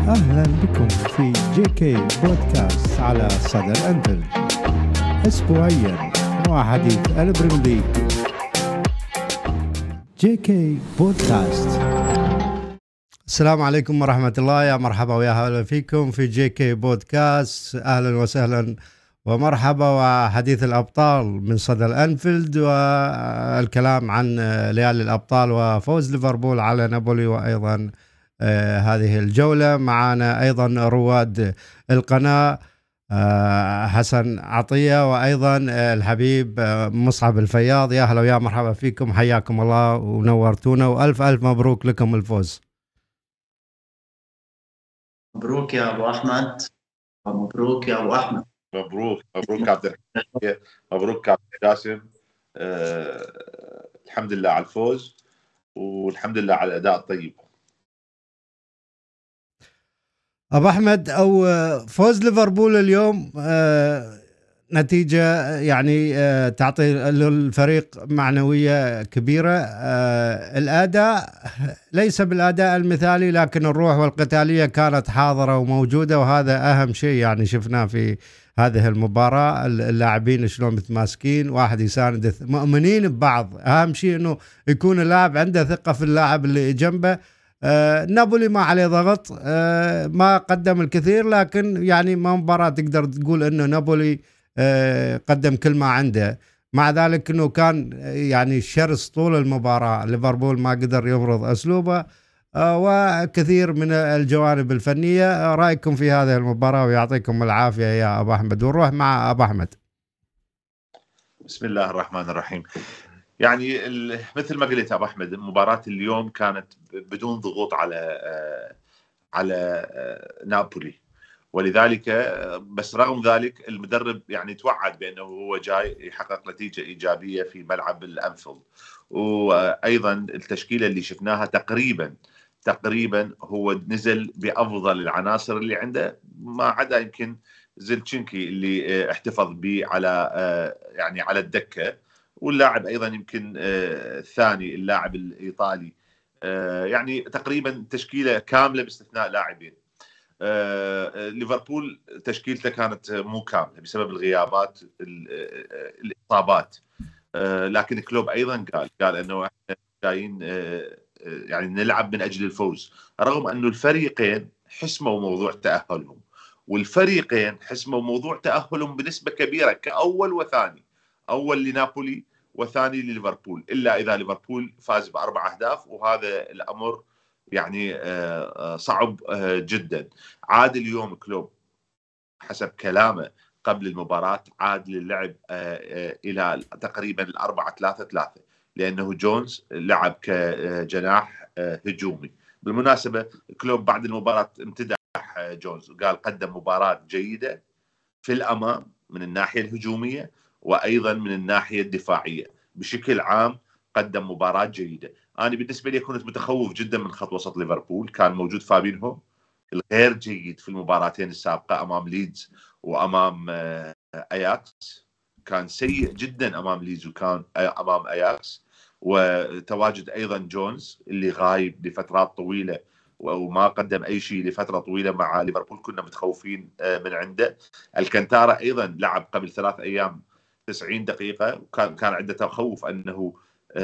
أهلا بكم في جي كي بودكاست على صدى الأنفيلد، أسبوعيا وحديث البريمير ليج. جي كي بودكاست. السلام عليكم ورحمة الله، يا مرحبا ويا هلا فيكم في جي كي بودكاست. أهلا وسهلا ومرحبا وحديث الأبطال من صدى الأنفيلد، والكلام عن ليالي الأبطال وفوز ليفربول على نابولي، وأيضا هذه الجولة معنا أيضا رواد القناة حسن عطية، وأيضا الحبيب مصعب الفياض. يا هلا ويا مرحبا فيكم، حياكم الله ونورتونا، وألف ألف مبروك لكم الفوز. مبروك يا أبو أحمد، مبروك يا أبو أحمد. مبروك عبد الحميد، مبروك عبد القاسم. الحمد لله على الفوز، والحمد لله على الأداء الطيب. أبو أحمد، أو فوز ليفربول اليوم نتيجة يعني تعطي للفريق معنوية كبيرة. الأداء ليس بالأداء المثالي، لكن الروح والقتالية كانت حاضرة وموجودة، وهذا أهم شيء يعني شفناه في هذه المباراة. اللاعبين شلون متماسكين، واحد يساند، مؤمنين ببعض. أهم شيء أنه يكون اللاعب عنده ثقة في اللاعب اللي جنبه. نابولي ما عليه ضغط، ما قدم الكثير، لكن يعني ما مباراة تقدر تقول أنه نابولي قدم كل ما عنده. مع ذلك أنه كان يعني شرس طول المباراة. ليفربول ما قدر يفرض أسلوبه وكثير من الجوانب الفنية. رأيكم في هذه المباراة، ويعطيكم العافية يا أبو أحمد، ونروح مع أبو أحمد. بسم الله الرحمن الرحيم. يعني مثل ما قلت أبو أحمد، مباراة اليوم كانت بدون ضغوط على نابولي، ولذلك بس رغم ذلك المدرب يعني توعد بأنه هو جاي يحقق نتيجة إيجابية في ملعب الأنفيلد. وأيضا التشكيلة اللي شفناها تقريبا هو نزل بأفضل العناصر اللي عنده، ما عدا يمكن زيلتشينكي اللي احتفظ به على الدكة، واللاعب أيضا يمكن الثاني اللاعب الإيطالي. يعني تقريبا تشكيلة كاملة باستثناء لاعبين. ليفربول تشكيلته كانت مو كاملة بسبب الغيابات، الإصابات. لكن كلوب أيضا قال أنه احنا جايين يعني نلعب من أجل الفوز، رغم أنه الفريقين حسموا موضوع تأهلهم، والفريقين حسموا موضوع تأهلهم بنسبة كبيرة كأول وثاني، أول لنابولي وثاني لليفربول، إلا إذا ليفربول فاز ب4 أهداف، وهذا الأمر يعني صعب جدا. عاد اليوم كلوب حسب كلامه قبل المباراة عاد للعب إلى تقريبا 4-3-3، لأنه جونز لعب كجناح هجومي. بالمناسبة كلوب بعد المباراة امتدح جونز وقال قدم مباراة جيدة في الأمام من الناحية الهجومية، وأيضا من الناحية الدفاعية بشكل عام قدم مباراة جيدة. أنا بالنسبة لي كنت متخوف جدا من خط وسط ليفربول. كان موجود فابينهو الغير جيد في المباراتين السابقة أمام ليدز وأمام أياكس، كان سيء جدا أمام ليدز وكان أمام أياكس. وتواجد أيضا جونز اللي غايب لفترات طويلة وما قدم أي شيء لفترة طويلة مع ليفربول، كنا متخوفين من عنده. الكانتارا أيضا لعب قبل 3 أيام 90 دقيقة، وكان عنده تخوف أنه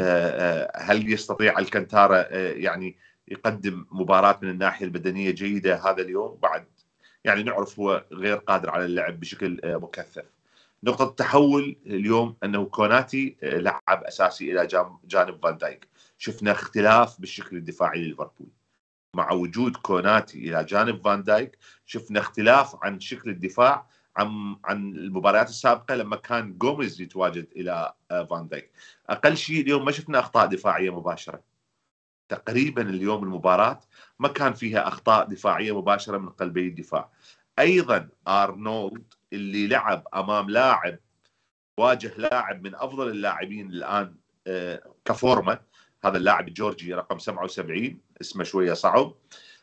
هل يستطيع الكانتارا يعني يقدم مباراة من الناحية البدنية جيدة هذا اليوم. بعد يعني نعرف هو غير قادر على اللعب بشكل مكثف. نقطة التحول اليوم أنه كوناتي لعب أساسي إلى جانب فان دايك. شفنا اختلاف بالشكل الدفاعي لليفربول مع وجود كوناتي إلى جانب فان دايك. شفنا اختلاف عن شكل الدفاع عن المباريات السابقة لما كان جوميز يتواجد إلى فان دايك. أقل شيء اليوم ما شفنا أخطاء دفاعية مباشرة. تقريبا اليوم المباراة ما كان فيها أخطاء دفاعية مباشرة من قلبي الدفاع. أيضا أرنولد اللي لعب أمام لاعب، واجه لاعب من أفضل اللاعبين الآن كفورمة، هذا اللاعب الجورجي رقم 77، اسمه شوية صعب.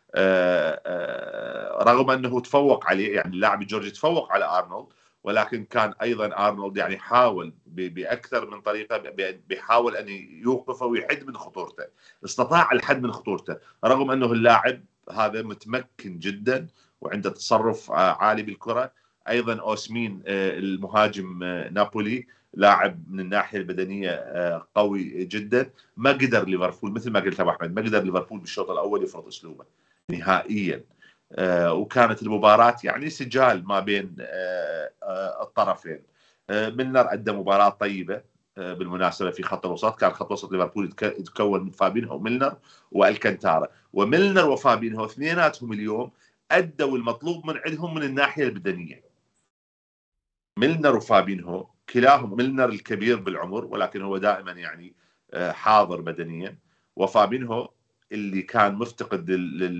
رغم أنه تفوق عليه، يعني اللاعب الجورجي تفوق على أرنولد، ولكن كان أيضا أرنولد يعني حاول بأكثر من طريقة، بيحاول أن يوقفه ويحد من خطورته. استطاع الحد من خطورته رغم أنه اللاعب هذا متمكن جدا وعنده تصرف عالي بالكرة. أيضا أوسمين المهاجم نابولي لاعب من الناحية البدنية قوي جدا. ما قدر ليفربول مثل ما قلت أبو أحمد، ما قدر ليفربول بالشوط الأول يفرض أسلوبه نهائيا. وكانت المباراة يعني سجال ما بين الطرفين. ميلنر أدى مباراة طيبة بالمناسبة في خط الوسط. كان خط وسط ليفربول يتكون من فابينهو وميلنر والكانتارا، وميلنر وفابينهو اثنيناتهم اليوم أدوا المطلوب من عندهم من الناحية البدنية. ميلنر وفابينهو كلاهم، ميلنر الكبير بالعمر ولكن هو دائما يعني حاضر بدنيا، وفابينهو اللي كان مفتقد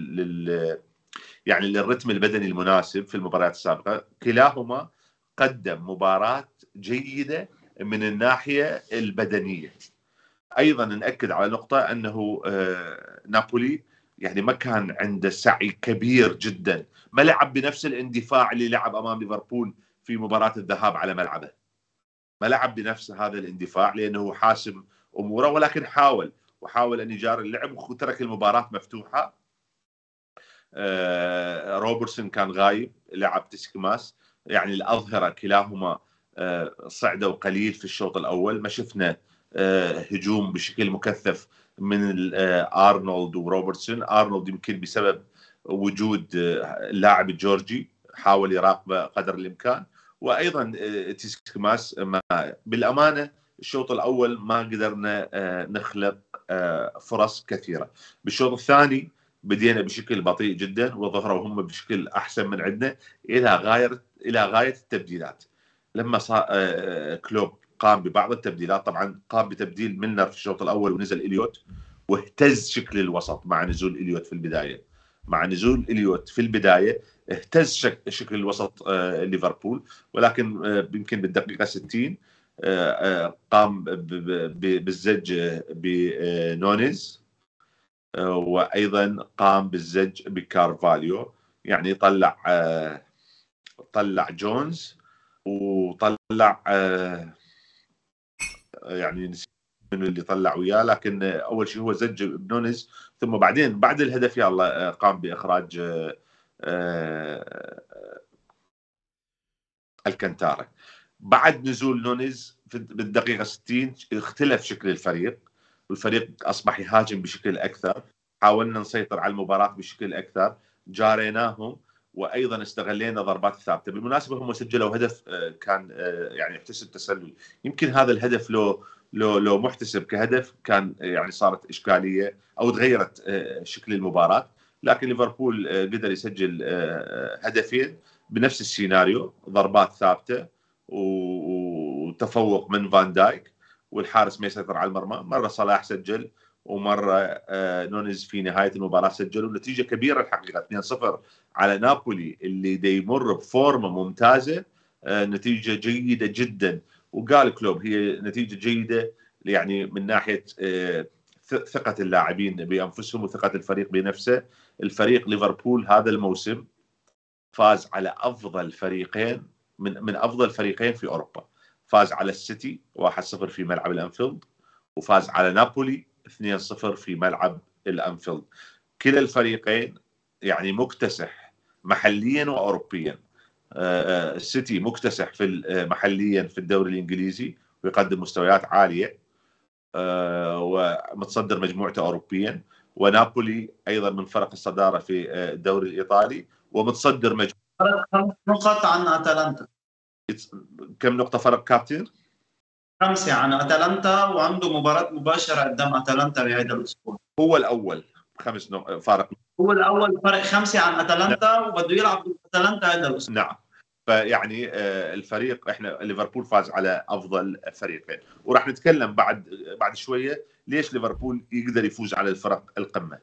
يعني للرتم البدني المناسب في المباريات السابقة. كلاهما قدم مباراة جيدة من الناحية البدنية. أيضا نأكد على نقطة أنه نابولي يعني ما كان عنده سعي كبير جدا، ما لعب بنفس الاندفاع اللي لعب أمام ليفربول في مباراة الذهاب على ملعبه. ما لعب بنفس هذا الاندفاع لأنه حاسم أموره، ولكن حاول أن يجاري اللعب وترك المباراة مفتوحة. روبرتسون كان غايب، لعب تسكماس، يعني الأظهرة كلاهما صعدوا قليل في الشوط الأول. ما شفنا هجوم بشكل مكثف من أرنولد وروبرتسون. أرنولد يمكن بسبب وجود اللاعب الجورجي حاول يراقبه قدر الإمكان، وأيضا تسكماس. بالأمانة الشوط الأول ما قدرنا نخلق فرص كثيرة. بالشوط الثاني بدينا بشكل بطيء جدا وظهروا هم بشكل احسن من عندنا الى غايه التبديلات. لما كلوب قام ببعض التبديلات، طبعا قام بتبديل ميلنر في الشوط الاول ونزل إليوت، واهتز شكل الوسط مع نزول إليوت في البدايه. اهتز شكل الوسط ليفربول، ولكن يمكن بالدقيقه 60 قام بالزج بنونيز، وايضا قام بالزج بكارفاليو. يعني طلع جونز وطلع يعني من اللي طلع وياه، لكن اول شيء هو زج بنونيز، ثم بعدين بعد الهدف يلا قام باخراج الكانتارا. بعد نزول نونيز بالدقيقه 60 اختلف شكل الفريق، والفريق اصبح يهاجم بشكل اكثر. حاولنا نسيطر على المباراة بشكل أكثر، جاريناهم، وأيضا استغلينا ضربات الثابتة. بالمناسبة هم سجلوا هدف كان يعني يحتسب تسلل. يمكن هذا الهدف لو محتسب كهدف كان يعني صارت إشكالية أو تغيرت شكل المباراة، لكن ليفربول قدر يسجل هدفين بنفس السيناريو، ضربات ثابتة وتفوق من فان دايك، والحارس ما يسيطر على المرمى. مرة صلاح سجل ومرة نونيز في نهاية المباراة سجلوا. نتيجة كبيرة الحقيقة 2-0 على نابولي اللي دي يمر بفورمة ممتازة. نتيجة جيدة جدا، وقال كلوب هي نتيجة جيدة يعني من ناحية ثقة اللاعبين بأنفسهم وثقة الفريق بنفسه. الفريق ليفربول هذا الموسم فاز على أفضل فريقين من أفضل فريقين في أوروبا. فاز على السيتي 1-0 في ملعب الأنفيلد، وفاز على نابولي 2-0 في ملعب الأنفيلد. كلا الفريقين يعني مكتسح محليا وأوروبيا. السيتي مكتسح محليا في الدوري الإنجليزي ويقدم مستويات عالية ومتصدر مجموعته أوروبيا، ونابولي أيضا من فرق الصدارة في الدوري الإيطالي ومتصدر مجموعة 5 نقط عن أتلانتا. كم نقطة فرق كابتن؟ 5 عن أتلانتا، وعنده مباراة مباشرة قدام أتلانتا بهذا الأسبوع. هو الأول 5 نقط فارق. هو الأول فرق 5 عن أتلانتا، وبده يلعب ضد أتلانتا هذا الأسبوع. نعم. فيعني الفريق احنا ليفربول فاز على افضل فريقين، وراح نتكلم بعد شويه ليش ليفربول يقدر يفوز على الفرق القمه.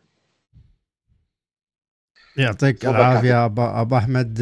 يعطيك العافيه ابو احمد.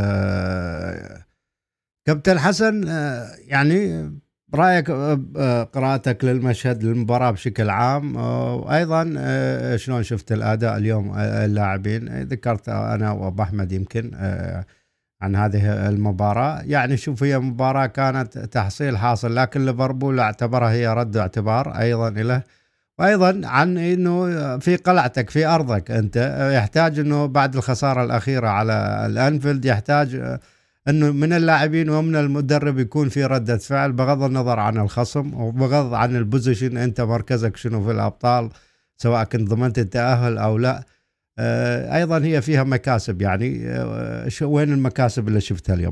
كابتن حسن، يعني رايك قراءتك للمشهد للمباراه بشكل عام، وايضا شلون شفت الاداء اليوم اللاعبين؟ ذكرت انا وابو احمد يمكن عن هذه المباراة. يعني شوف هي مباراة كانت تحصيل حاصل، لكن ليفربول اعتبرها هي رد اعتبار أيضا له، وايضا عن انه في قلعتك في ارضك انت، يحتاج انه بعد الخساره الاخيره على الانفيلد يحتاج انه من اللاعبين ومن المدرب يكون في رده فعل بغض النظر عن الخصم وبغض عن البوزيشن، انت مركزك شنو في الابطال سواء كنت ضمنت التاهل او لا. ايضا هي فيها مكاسب يعني. وين المكاسب اللي شفتها اليوم؟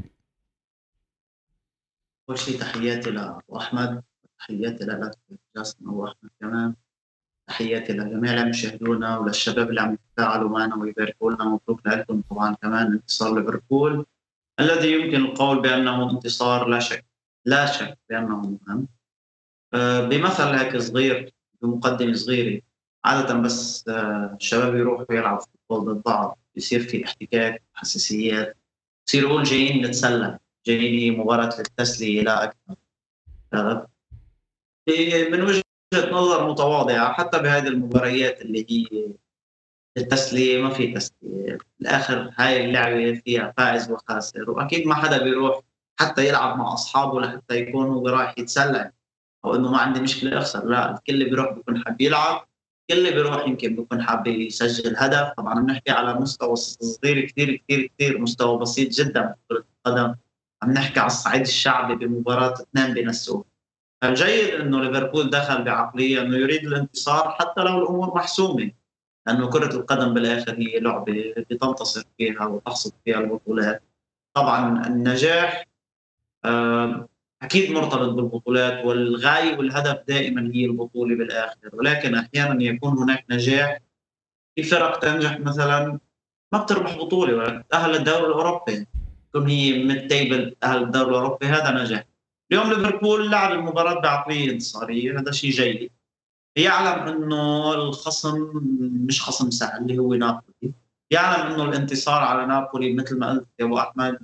أول شيء تحياتي لأبو أحمد، تحياتي لك جاسم أبو أحمد كمان، تحياتي لجميع اللي عم يشاهدونا وللشباب اللي عم يتفاعلوا معنا ويباركوا لنا. مبروك لكم طبعا كمان انتصار ليفربول الذي يمكن القول بأنه انتصار لا شك، لا شك بأنه مهم. بمثل هيك صغير، بمقدمة صغيرة، عادة بس الشباب يروحوا يلعبوا فوتبول ضد بعض يصير في احتكاك حساسيات، يصير يقول جايين نتسلى، جايين هي مباراة للتسلية لا أكثر. آه، من وجهة نظر متواضعة حتى بهذه المباريات اللي هي التسلية، ما في تسلية بالآخر، هاي اللعبة فيها فائز وخاسر، وأكيد ما حدا بيروح حتى يلعب مع أصحابه لحتى يكون هو رايح يتسلى او انه ما عندي مشكله اخسر، لا، الكل اللي بيروح بيكون حاب يلعب، الكل اللي بيروح يمكن بيكون حاب يسجل هدف. طبعا بنحكي على مستوى صغير كثير كثير كثير، مستوى بسيط جدا في كره القدم، عم نحكي على الصعيد الشعبي بمباراه اثنين بينسوه. فالجيد انه ليفربول دخل بعقليه انه يريد الانتصار حتى لو الامور محسومه، لانه كره القدم بالاخر هي لعبه بتنتصر فيها وتحصد فيها البطولات. طبعا النجاح أكيد مرتبط بالبطولات، والغاية والهدف دائما هي البطولة بالآخر، ولكن أحيانا يكون هناك نجاح في فرق تنجح مثلا ما بتربح بطولة ولكن تأهل للدوري الأوروبي، تكون هي من تيبل تأهل للدوري الأوروبي، هذا نجاح. اليوم ليفربول لعب المباراة بعقلية انتصارية، هذا شيء جيد. يعلم انه الخصم مش خصم سهل اللي هو نابولي، يعلم انه الانتصار على نابولي مثل ما قلت يا ابو احمد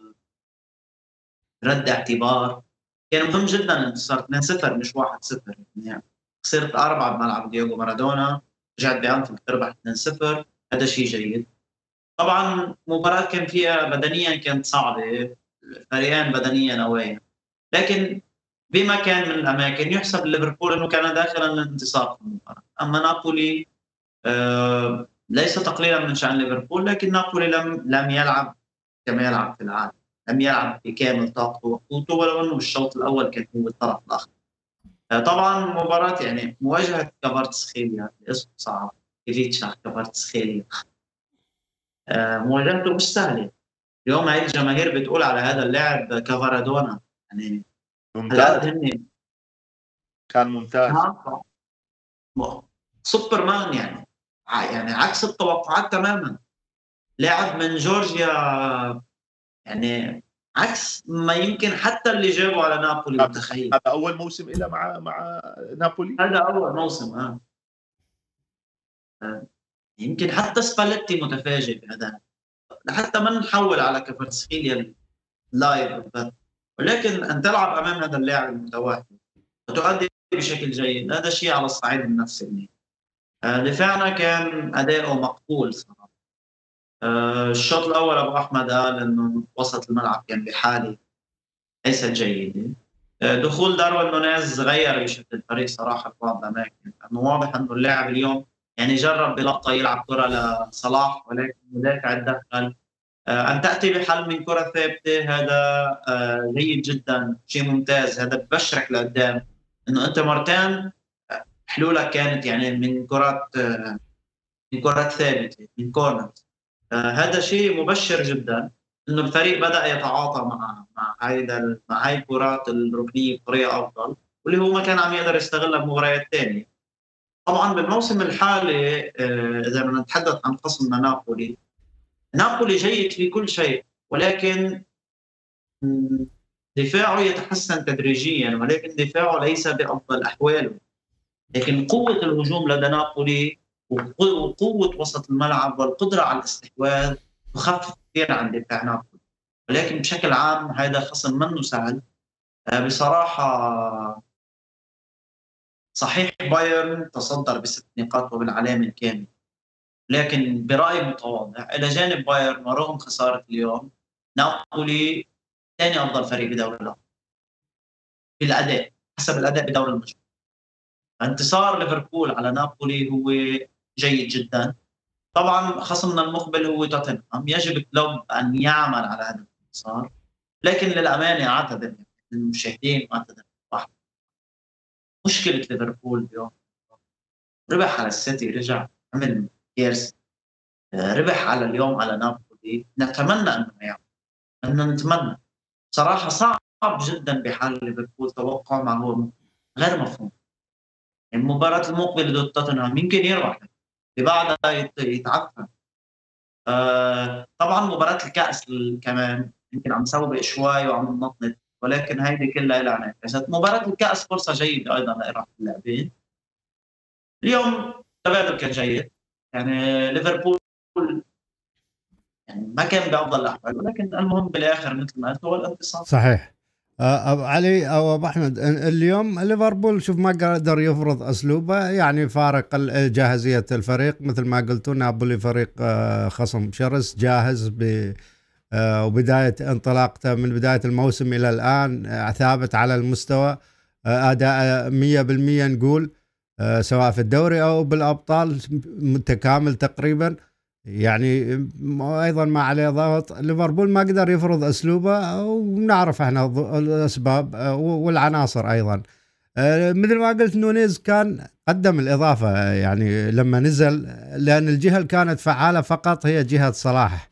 رد اعتبار، كان مهم جدا انتصار 2-0 مش 1-0. يعني خسرت 4 بملعب دييغو مارادونا، رجعت بأنفيلد تربح 2-0، هذا شيء جيد. طبعا مباراة كان فيها بدنيا كانت صعبة، الفريقين بدنيا قوية، لكن بما كان من الأماكن يحسب ليفربول أنه كان داخلا للانتصار في المباراة. أما نابولي ليس تقليلا من شأن ليفربول، لكن نابولي لم يلعب كما يلعب في العادة، لم يلعب بكامل طاقته وقوته، ولو انه بالشوط الاول كان هو الطرف الاخر. طبعا مباراه يعني مواجهه كفاراتسخيليا، اسمه صعب، إيفيتشا كفاراتسخيليا، مواجهته مش سهله. اليوم هاي الجماهير بتقول على هذا اللاعب كفارادونا، يعني ممتاز، كان ممتاز، سوبرمان يعني، يعني عكس التوقعات تماما. لاعب من جورجيا، يعني عكس ما يمكن حتى اللي جابوا على نابولي متخيل. هذا اول موسم له مع نابولي، هذا اول موسم. يمكن حتى سباليتي متفاجئ بهذا، حتى ما نحول على كفاراتسخيليا لايف، ولكن ان تلعب امام هذا اللاعب المتوهج وتؤدي بشكل جيد، هذا شيء على الصعيد النفسي. دفاعنا كان اداؤه مقبول صراحه. الشوط الاول ابو احمد قال انه وسط الملعب كان بحاله ليست جيده. دخول داروين نونيز غير بشكل الفريق صراحه في بعض الاماكن، لانه واضح انه اللاعب اليوم يعني جرب بلقطه يلعب كره لصلاح ولكن مدافع تدخل. ان تاتي بحل من كره ثابته هذا جيد جدا، شيء ممتاز، هذا ببشرك لقدام انه انت مرتين حلولك كانت يعني من كرات ثابته، من كورنر. هذا شيء مبشر جدا انه الفريق بدا يتعاطى مع هاي الكرات الركنيه بطريقه افضل، واللي هو ما كان عم يقدر يستغلها بمباريات ثانيه. طبعا بالموسم الحالي اذا بدنا نتحدث عن خصمنا نابولي، نابولي جيد في كل شيء، ولكن دفاعه يتحسن تدريجيا، ولكن دفاعه ليس بافضل احواله. لكن قوه الهجوم لدى نابولي وقوه وسط الملعب والقدره على الاستحواذ تخفف كثير عن دفاع نابولي. ولكن بشكل عام هذا خصم منه سهل بصراحه. صحيح بايرن تصدر ب6 نقاط وبالعلامه الكامله، لكن برايي متواضع الى جانب بايرن ورغم خساره اليوم، نابولي ثاني افضل فريق بدوري الابطال في الاداء حسب الاداء بدوري المجموعات. انتصار ليفربول على نابولي هو جيد جدا. طبعا خصمنا المقبل هو توتنهام، يجب كلوب ان يعمل على هذا الانتصار، لكن للامانه اعتذر للمشاهدين واعتذر واحد. مشكله ليفربول اليوم ربح على السيتي، رجع عمل كارثه، ربح على اليوم على نابولي. نتمنى انه يعمل، انه نتمنى صراحه. صعب جدا بحال ليفربول توقع ما هو غير مفهوم. المباراة المقبلة ضد توتنهام يمكن يربح، اللي بعدها يتعثر. طبعا مباراة الكأس كمان يمكن عم سوبق شوي وعم نطنط، ولكن هيدي كلها لها انعكاسات. مباراة الكأس فرصة جيدة أيضا لإراحة اللاعبين. اليوم تبادل كان جيد، يعني ليفربول يعني ما كان بأفضل الأحوال، ولكن المهم بالآخر مثل ما قلت هو الانتصار. صحيح. أبو علي أو أبو أحمد، اليوم ليفربول شوف ما قدر يفرض أسلوبه، يعني فارق جاهزية الفريق مثل ما قلتوا. نابولي فريق خصم شرس جاهز وبداية انطلاقته من بداية الموسم إلى الآن ثابت على المستوى، أداء 100% نقول، سواء في الدوري أو بالأبطال متكامل تقريبا. يعني ايضا ما عليه ضغط. ليفربول ما قدر يفرض اسلوبه، ونعرف احنا الاسباب والعناصر ايضا. مثل ما قلت نونيز كان قدم الاضافه يعني لما نزل، لان الجهه اللي كانت فعاله فقط هي جهه صلاح،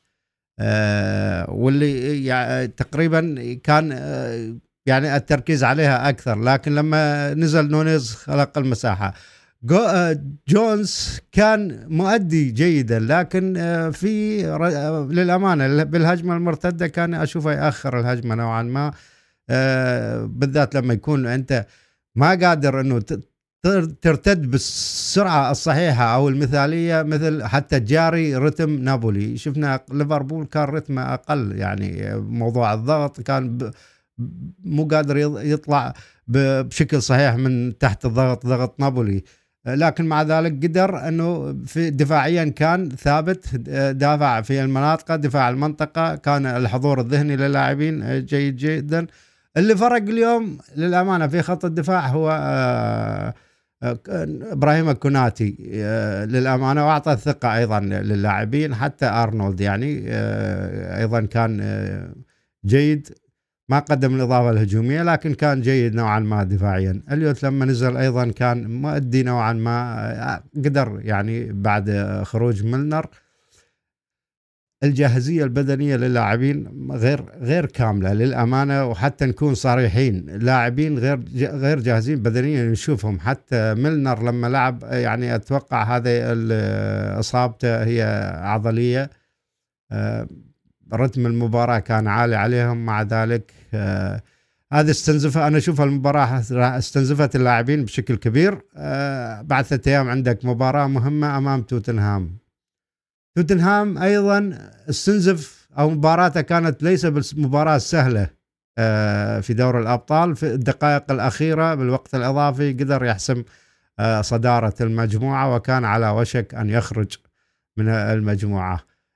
واللي يعني تقريبا كان يعني التركيز عليها اكثر. لكن لما نزل نونيز خلق المساحه. جونز كان مؤدي جيدا، لكن في للأمانة بالهجمة المرتدة كان أشوفه يأخر الهجمة نوعا ما، بالذات لما يكون أنت ما قادر أنه ترتد بالسرعة الصحيحة أو المثالية مثل حتى جاري رتم نابولي. شفنا ليفربول كان رتمه أقل، يعني موضوع الضغط كان مو قادر يطلع بشكل صحيح من تحت الضغط، ضغط نابولي. لكن مع ذلك قدر أنه في دفاعيا كان ثابت، دافع في المناطق، دفاع المنطقة، كان الحضور الذهني للاعبين جيد جدا. اللي فرق اليوم للأمانة في خط الدفاع هو إبراهيم كوناتي للأمانة، وأعطى الثقة أيضا للاعبين. حتى أرنولد يعني أيضا كان جيد، ما قدم الإضافة الهجومية لكن كان جيد نوعا ما دفاعيا. اليوت لما نزل أيضا كان مؤدي نوعا ما، قدر يعني بعد خروج ميلنر. الجاهزية البدنية للاعبين غير كاملة للأمانة، وحتى نكون صريحين لاعبين غير جاهزين بدنيا. نشوفهم حتى ميلنر لما لعب يعني أتوقع هذه إصابته هي عضلية، رتم المباراة كان عالي عليهم. مع ذلك هذا استنزف، أنا أشوف المباراة استنزفت اللاعبين بشكل كبير. بعد 3 أيام عندك مباراة مهمة أمام توتنهام أيضا استنزف، أو مباراته كانت ليس بالمباراة السهلة في دور الأبطال. في الدقائق الأخيرة بالوقت الإضافي قدر يحسم صدارة المجموعة، وكان على وشك أن يخرج من المجموعة.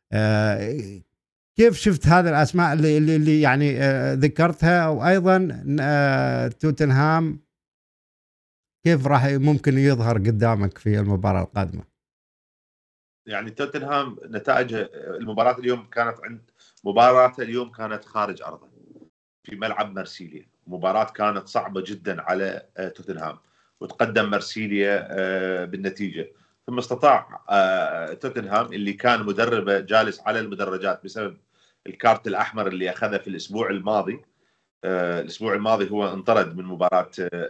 كيف شفت هذه الأسماء اللي يعني ذكرتها؟ وأيضا توتنهام كيف راح ممكن يظهر قدامك في المباراة القادمة؟ يعني توتنهام نتائج المباراة اليوم كانت مباراة اليوم كانت خارج أرضه في ملعب مرسيليا. مباراة كانت صعبة جدا على توتنهام، وتقدم مرسيليا بالنتيجة. ثم استطاع توتنهام اللي كان مدربه جالس على المدرجات بسبب الكارت الأحمر اللي أخذه في الأسبوع الماضي. الأسبوع الماضي هو انطرد من مباراة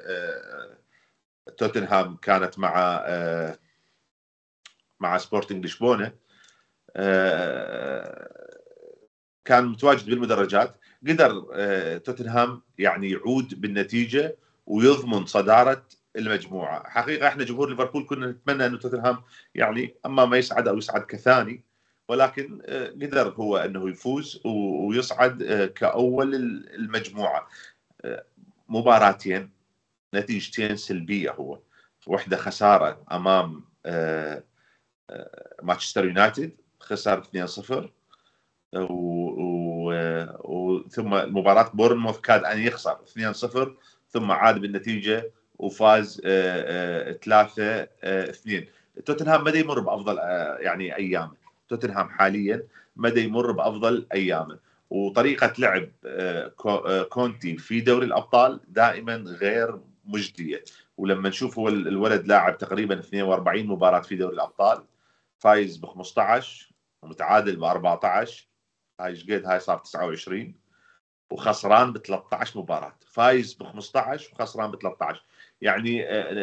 توتنهام كانت مع سبورتنج لشبونة. كان متواجد بالمدرجات. قدر توتنهام يعني يعود بالنتيجة ويضمن صدارة المجموعة. حقيقة احنا جمهور ليفربول كنا نتمنى انه توتنهام يعني اما ما يصعد او يصعد كثاني، ولكن قدر هو انه يفوز ويصعد كأول المجموعة. مباراتين نتيجتين سلبية، هو واحدة خسارة امام مانشستر يونايتد، خسر 2-0، ثم مباراة بورنموث كاد أن يخسر 2-0 ثم عاد بالنتيجة وفاز 3-2. توتنهام ما يمر بافضل يعني ايامه. توتنهام حاليا ما يمر بافضل ايامه، وطريقه لعب كونتي في دوري الابطال دائما غير مجديه. ولما نشوف هو الولد لاعب تقريبا 42 مباراه في دوري الابطال، فايز ب 15 ومتعادل ب 14، هاي ايش قد؟ هاي صار 29، وخسران ب 13 مباراه. فايز ب 15 وخسران ب 13. يعني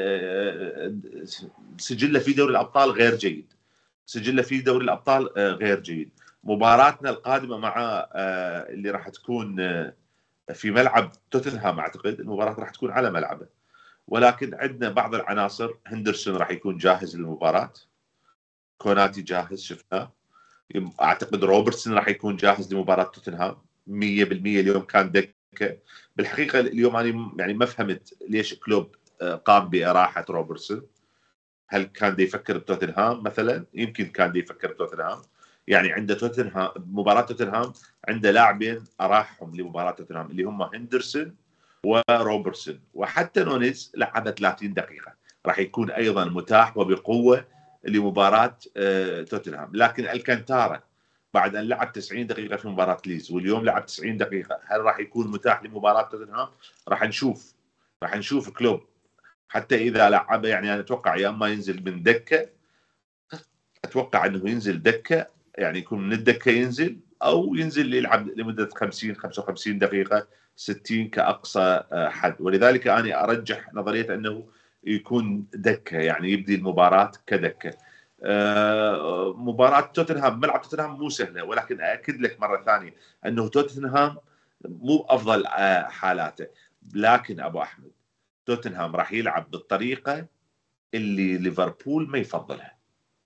سجله في دوري الابطال غير جيد، سجله في دوري الابطال غير جيد. مباراتنا القادمه مع اللي راح تكون في ملعب توتنهام، اعتقد المباراه راح تكون على ملعبه، ولكن عندنا بعض العناصر. هندرسون راح يكون جاهز للمباراه، كوناتي جاهز شفناه، اعتقد روبرتسون راح يكون جاهز لمباراه توتنهام 100%. اليوم كان دكه. بالحقيقه اليوم انا يعني ما فهمت ليش كلوب قام باراحه روبرتسون. هل كان دي يفكر بتوتنهام مثلا؟ يمكن كان دي يفكر بتوتنهام. يعني عنده توتنهام مباراه توتنهام عنده لاعبين اراحهم لمباراه توتنهام اللي هم هندرسون وروبرتسون، وحتى نونيز لعبه 30 دقيقه راح يكون ايضا متاح وبقوه لمباراه توتنهام. لكن الكانتارا بعد ان لعب 90 دقيقه في مباراه ليز واليوم لعب 90 دقيقه، هل راح يكون متاح لمباراه توتنهام؟ راح نشوف كلوب حتى اذا لعبه. يعني انا اتوقع يا اما ينزل من دكه، اتوقع انه ينزل دكه، يعني يكون من الدكه ينزل، او ينزل يلعب لمده 50 55 دقيقه 60 كاقصى حد. ولذلك انا ارجح نظريه انه يكون دكه، يعني يبدي المباراه كدكه. مباراه توتنهام، ملعب توتنهام مو سهله، ولكن ااكد لك مره ثانيه انه توتنهام مو افضل حالاته. لكن ابو احمد، توتنهام راح يلعب بالطريقه اللي ليفربول ما يفضلها.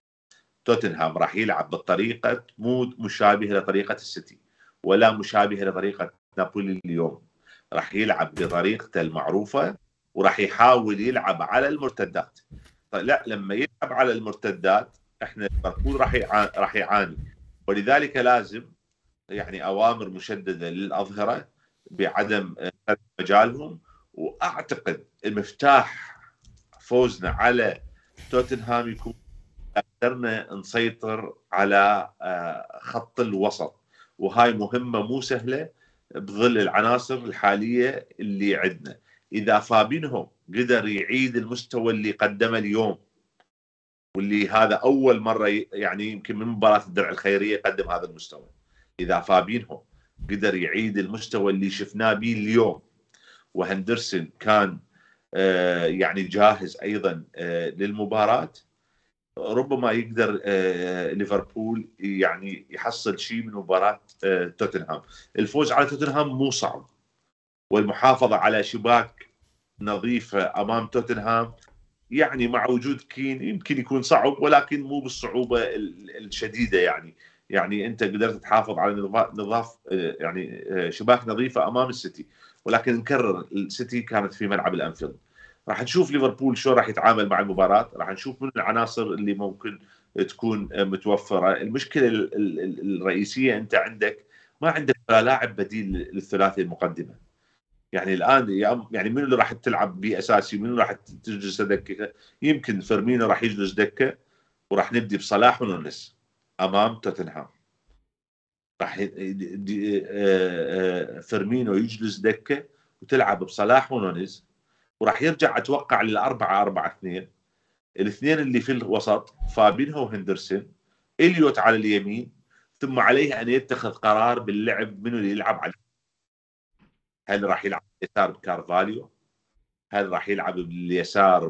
توتنهام راح يلعب بالطريقه مو مشابهه لطريقه السيتي ولا مشابهه لطريقه نابولي اليوم. راح يلعب بطريقته المعروفه، وراح يحاول يلعب على المرتدات. طيب لا، لما يلعب على المرتدات احنا ليفربول راح يعاني. ولذلك لازم يعني اوامر مشدده للاظهره بعدم مجالهم. واعتقد المفتاح فوزنا على توتنهام يكون قدرنا نسيطر على خط الوسط، وهاي مهمة مو سهلة بظل العناصر الحالية اللي عندنا. إذا فابينهو قدر يعيد المستوى اللي قدمه اليوم، واللي هذا أول مرة يعني يمكن من مباراة الدرع الخيرية قدم هذا المستوى. إذا فابينهو قدر يعيد المستوى اللي شفناه به اليوم، وهندرسون كان يعني جاهز أيضا للمباراة، ربما يقدر ليفربول يعني يحصل شيء من مباراة توتنهام. الفوز على توتنهام مو صعب، والمحافظة على شباك نظيفة أمام توتنهام يعني مع وجود كين يمكن يكون صعب، ولكن مو بالصعوبة الشديدة. يعني أنت قدرت تحافظ على نظاف يعني شباك نظيفة أمام السيتي، ولكن نكرر السيتي كانت في ملعب الأنفيلد. راح نشوف ليفربول شو راح يتعامل مع المباراة، راح نشوف من العناصر اللي ممكن تكون متوفرة. المشكلة الرئيسية أنت عندك ما عندك لاعب بديل للثلاثي المقدمة. يعني الآن يعني من اللي راح تلعب به أساسي، من اللي راح تجلس دكة؟ يمكن فيرمينو راح يجلس دكة، وراح نبدي بصلاح ونونس أمام توتنهام. راح فيرمينو يجلس دكة وتلعب بصلاح ونونس، وراح يرجع اتوقع لل4-4-2. الاثنين اللي في الوسط فابينهو وهندرسون، إليوت على اليمين، ثم عليه ان يتخذ قرار باللعب منو اللي يلعب عليه. هل راح يلعب باليسار بكارفاليو؟ هل راح يلعب باليسار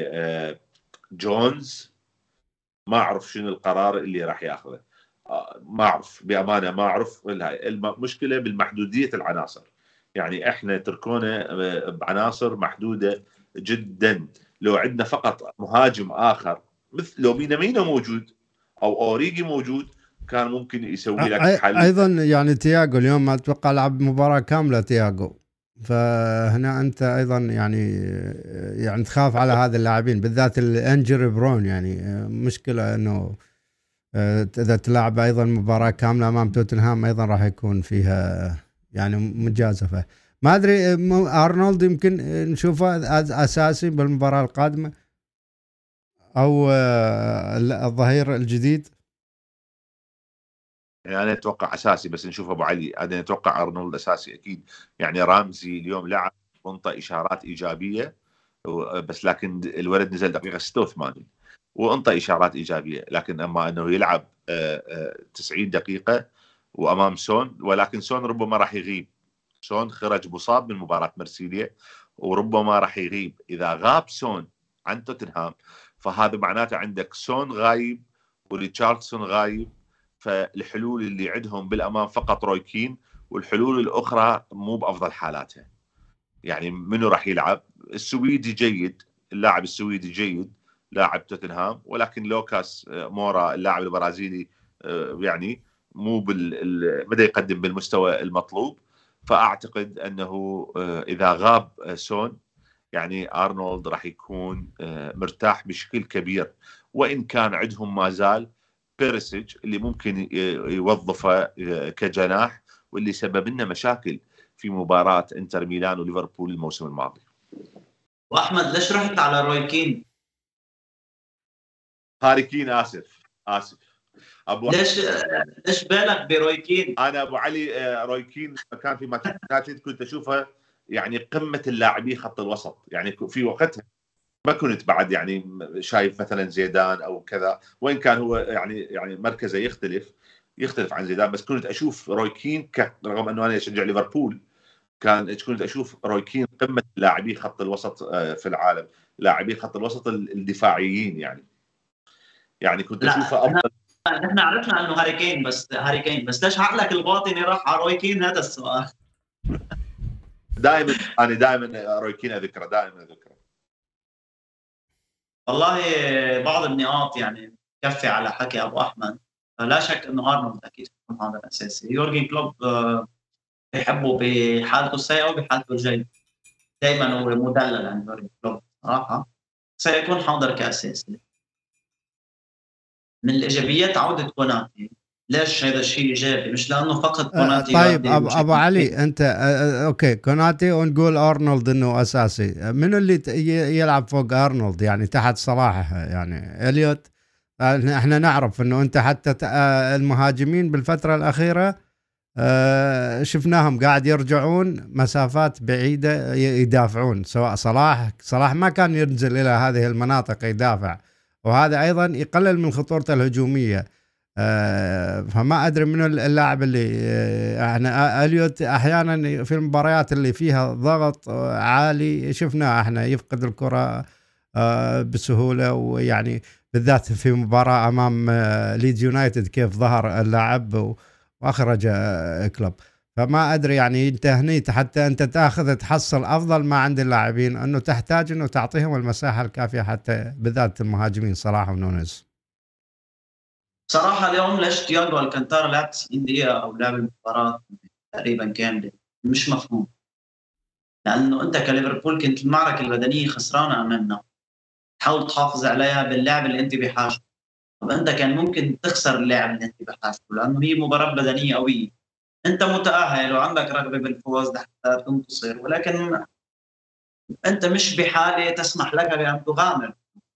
بجونز؟ ما اعرف شنو القرار اللي راح ياخذه. ما اعرف بامانه، ما اعرف. المشكله بالمحدوديه العناصر. يعني احنا تركونا بعناصر محدوده جدا. لو عندنا فقط مهاجم اخر، مثل لو مينا موجود او اوريجي موجود، كان ممكن يسوي لك حل. ايضا يعني تياغو اليوم ما اتوقع لعب مباراه كامله تياغو، فهنا انت ايضا يعني تخاف على هذا اللاعبين بالذات الانجري برون. يعني مشكله انه اذا تلعب ايضا مباراه كامله امام توتنهام ايضا راح يكون فيها يعني مجازفه. ما ادري ارنولد يمكن نشوفه اساسي بالمباراه القادمه او الظهير الجديد. يعني انا اتوقع اساسي، بس نشوف ابو علي. انا اتوقع ارنولد اساسي اكيد. يعني رامزي اليوم لعب وانطى اشارات ايجابيه، بس لكن الولد نزل دقيقه 86 وانطى اشارات ايجابيه، لكن اما انه يلعب 90 دقيقه وامام سون، ولكن سون ربما راح يغيب. سون خرج مصاب من مباراه مرسيليا وربما راح يغيب. اذا غاب سون عن توتنهام فهذا معناته عندك سون غايب وريتشاردسون غايب، فالحلول اللي عندهم بالامام فقط روي كين، والحلول الاخرى مو بافضل حالاتها. يعني منو راح يلعب؟ السويدي جيد، اللاعب السويدي جيد، لاعب توتنهام، ولكن لوكاس مورا اللاعب البرازيلي يعني مو بدا يقدم بالمستوى المطلوب. فاعتقد انه اذا غاب سون يعني ارنولد راح يكون مرتاح بشكل كبير، وان كان عندهم ما زال بيريسيج اللي ممكن يوظفه كجناح، واللي سبب لنا مشاكل في مباراة انتر ميلان وليفربول الموسم الماضي. واحمد ليش رحت على روي كين؟ هاري كين اسف ابو ليش بالك بروي كين؟ انا ابو علي روي كين كان في ماتش يونايتد كنت اشوفه يعني قمة اللاعبين خط الوسط، يعني في وقتها ما كنت بعد يعني شايف مثلا زيدان او كذا، وين كان هو يعني مركزه يختلف عن زيدان، بس كنت اشوف روي كين رغم انه انا اشجع ليفربول كنت اشوف روي كين قمه لاعبي خط الوسط في العالم، لاعبي خط الوسط الدفاعيين يعني كنت اشوفه افضل. احنا عرفنا انه هاري كين بس ليش عقلك الباطني راح على روي كين؟ هذا السؤال. دائما روي كين اذكره. والله بعض النقاط يعني تكفي على حكي ابو احمد. لا شك انه ارنولد اكيد هذا الاساسي. يورجن كلوب بيحبه بحالته السيئه وبحالته الجيده، دائما هو مدلل عن يورجن كلوب صراحه. سيكون حاضر كاساسي. من الايجابيات عوده كوناتي. ليش هذا الشيء ايجابي؟ مش لانه فقط كوناتي. طيب ابو علي انت اوكي كوناتي ونقول ارنولد انه اساسي، منو اللي يلعب فوق ارنولد يعني تحت صلاح؟ يعني اليوت احنا نعرف انه انت حتى المهاجمين بالفتره الاخيره شفناهم قاعد يرجعون مسافات بعيده يدافعون، سواء صلاح ما كان ينزل الى هذه المناطق يدافع، وهذا ايضا يقلل من خطورته الهجوميه. فما ادري منو اللاعب اللي احنا اليوت احيانا في المباريات اللي فيها ضغط عالي شفناه احنا يفقد الكره بسهوله، ويعني بالذات في مباراه امام ليدز يونايتد كيف ظهر اللاعب واخرج كلوب. فما ادري يعني انت هني حتى انت تحصل افضل ما عند اللاعبين، انه تحتاج انه تعطيهم المساحه الكافيه حتى بالذات المهاجمين صلاح ونونيز. صراحة اليوم ليش تياغو الكانتارا لعب 90 دقيقة أو لعب المباراة تقريبا كاملة؟ مش مفهوم. لأنه أنت كليفربول كنت المعركة البدنية خسرانة أمامنا، تحاول تحافظ عليها باللعب اللي أنت بحاجته. طب أنت كان ممكن تخسر اللعب اللي أنت بحاجته، لأنه هي مباراة بدنية قوية. أنت متأهل وعندك رغبة بالفوز حتى تنتصر، ولكن أنت مش بحالة تسمح لك بأن تغامر.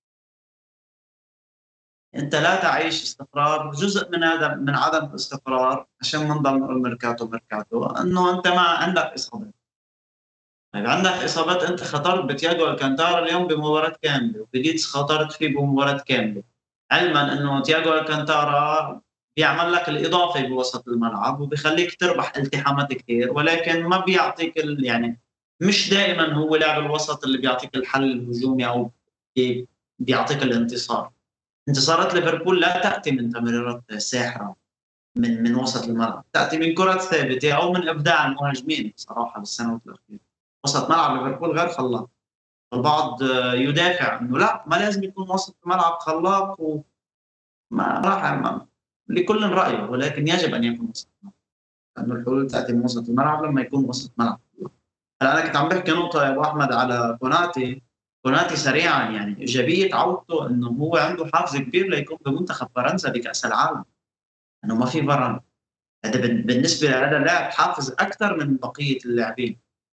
انت لا تعيش استقرار. جزء من هذا من عدم الاستقرار عشان ما نضل نقول ميركاتو انه انت ما عندك اصابات. طيب عندك اصابات، انت خطرت بتياغو الكانتارا اليوم بمباراه كامله، وبليدز خطرت فيه بمباراه كامله، علما انه تياغو الكانتارا بيعمل لك الاضافه بوسط الملعب وبيخليك تربح التحامات كثير، ولكن ما بيعطيك يعني مش دائما هو لاعب الوسط اللي بيعطيك الحل الهجومي او بيعطيك الانتصار. انتصارات ليفربول لا تأتي من تمريرات ساحرة من وسط الملعب، تأتي من كرات ثابتة أو من إبداع المهاجمين صراحة بالسنوات الأخيرة. وسط ملعب ليفربول غير خلاق. البعض يدافع أنه لا ما لازم يكون وسط الملعب خلاق، وما راح لكل رأيه، ولكن يجب أن يكون وسط الملعب، لأنه الحلول تأتي من وسط الملعب لما يكون وسط ملعب. هلا أنا كنت عم بحكي نقطة يا أبو أحمد على كوناتي سريعا. يعني ايجابيه عودته انه هو عنده حافز كبير ليكون بمنتخب فرنسا بكاس العالم، انه ما في فرن. هذا بالنسبه لهذا اللاعب حافز اكثر من بقيه اللاعبين.